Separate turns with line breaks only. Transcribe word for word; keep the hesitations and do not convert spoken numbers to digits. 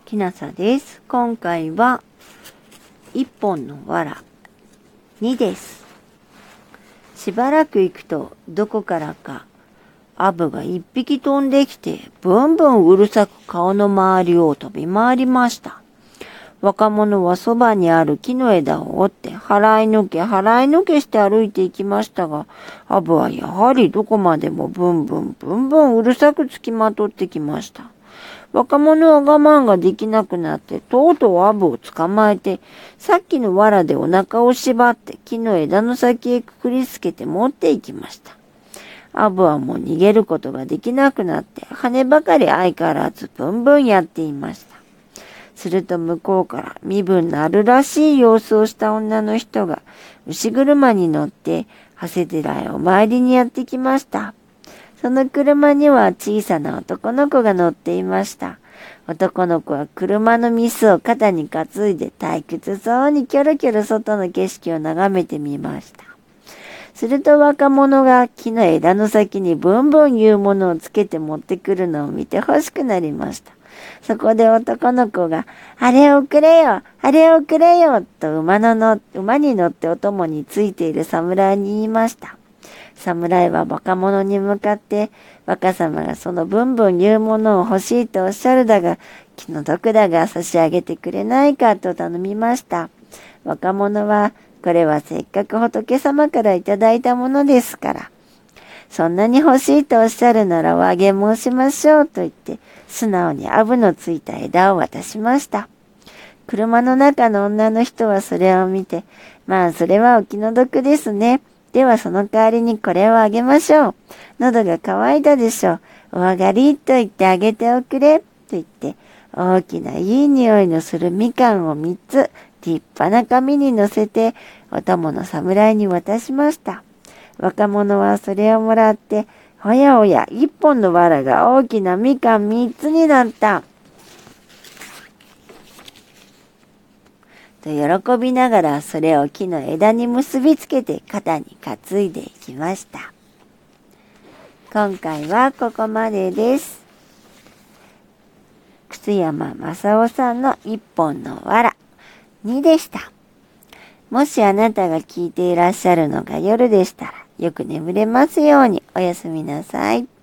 きなさです。今回はいっぽんの藁にです。しばらく行くとどこからかアブが一匹飛んできてブンブンうるさく顔の周りを飛び回りました。若者はそばにある木の枝を折って払いのけ払いのけして歩いていきましたが、アブはやはりどこまでもブンブンブンブンうるさくつきまとってきました。若者は我慢ができなくなってとうとうアブを捕まえて、さっきの藁でお腹を縛って木の枝の先へくくりつけて持っていきました。アブはもう逃げることができなくなって羽ばかり相変わらずブンブンやっていました。すると向こうから身分のあるらしい様子をした女の人が牛車に乗って長谷寺へお参りにやってきました。その車には小さな男の子が乗っていました。男の子は車のミスを肩に担いで退屈そうにキョロキョロ外の景色を眺めてみました。すると若者が木の枝の先にブンブンいうものをつけて持ってくるのを見て欲しくなりました。そこで男の子が、あれをくれよあれをくれよと馬のの馬に乗ってお供についている侍に言いました。侍は若者に向かって、若様がそのブンブンいうものを欲しいとおっしゃるだが、気の毒だが差し上げてくれないかと頼みました。若者は、これはせっかく仏様からいただいたものですから、そんなに欲しいとおっしゃるならおあげ申しましょうと言って、素直にアブのついた枝を渡しました。車の中の女の人はそれを見て、まあそれはお気の毒ですね。ではその代わりにこれをあげましょう。喉が渇いたでしょう。お上がりと言ってあげておくれ。と言って、大きないい匂いのするみかんをみっつ、立派な紙に乗せて、お供の侍に渡しました。若者はそれをもらって、おやおや、一本の藁が大きなみかん三つになった。と喜びながらそれを木の枝に結びつけて肩に担いでいきました。今回はここまでです。楠山正夫さんの一本の藁にでした。もしあなたが聞いていらっしゃるのが夜でしたら、よく眠れますようにおやすみなさい。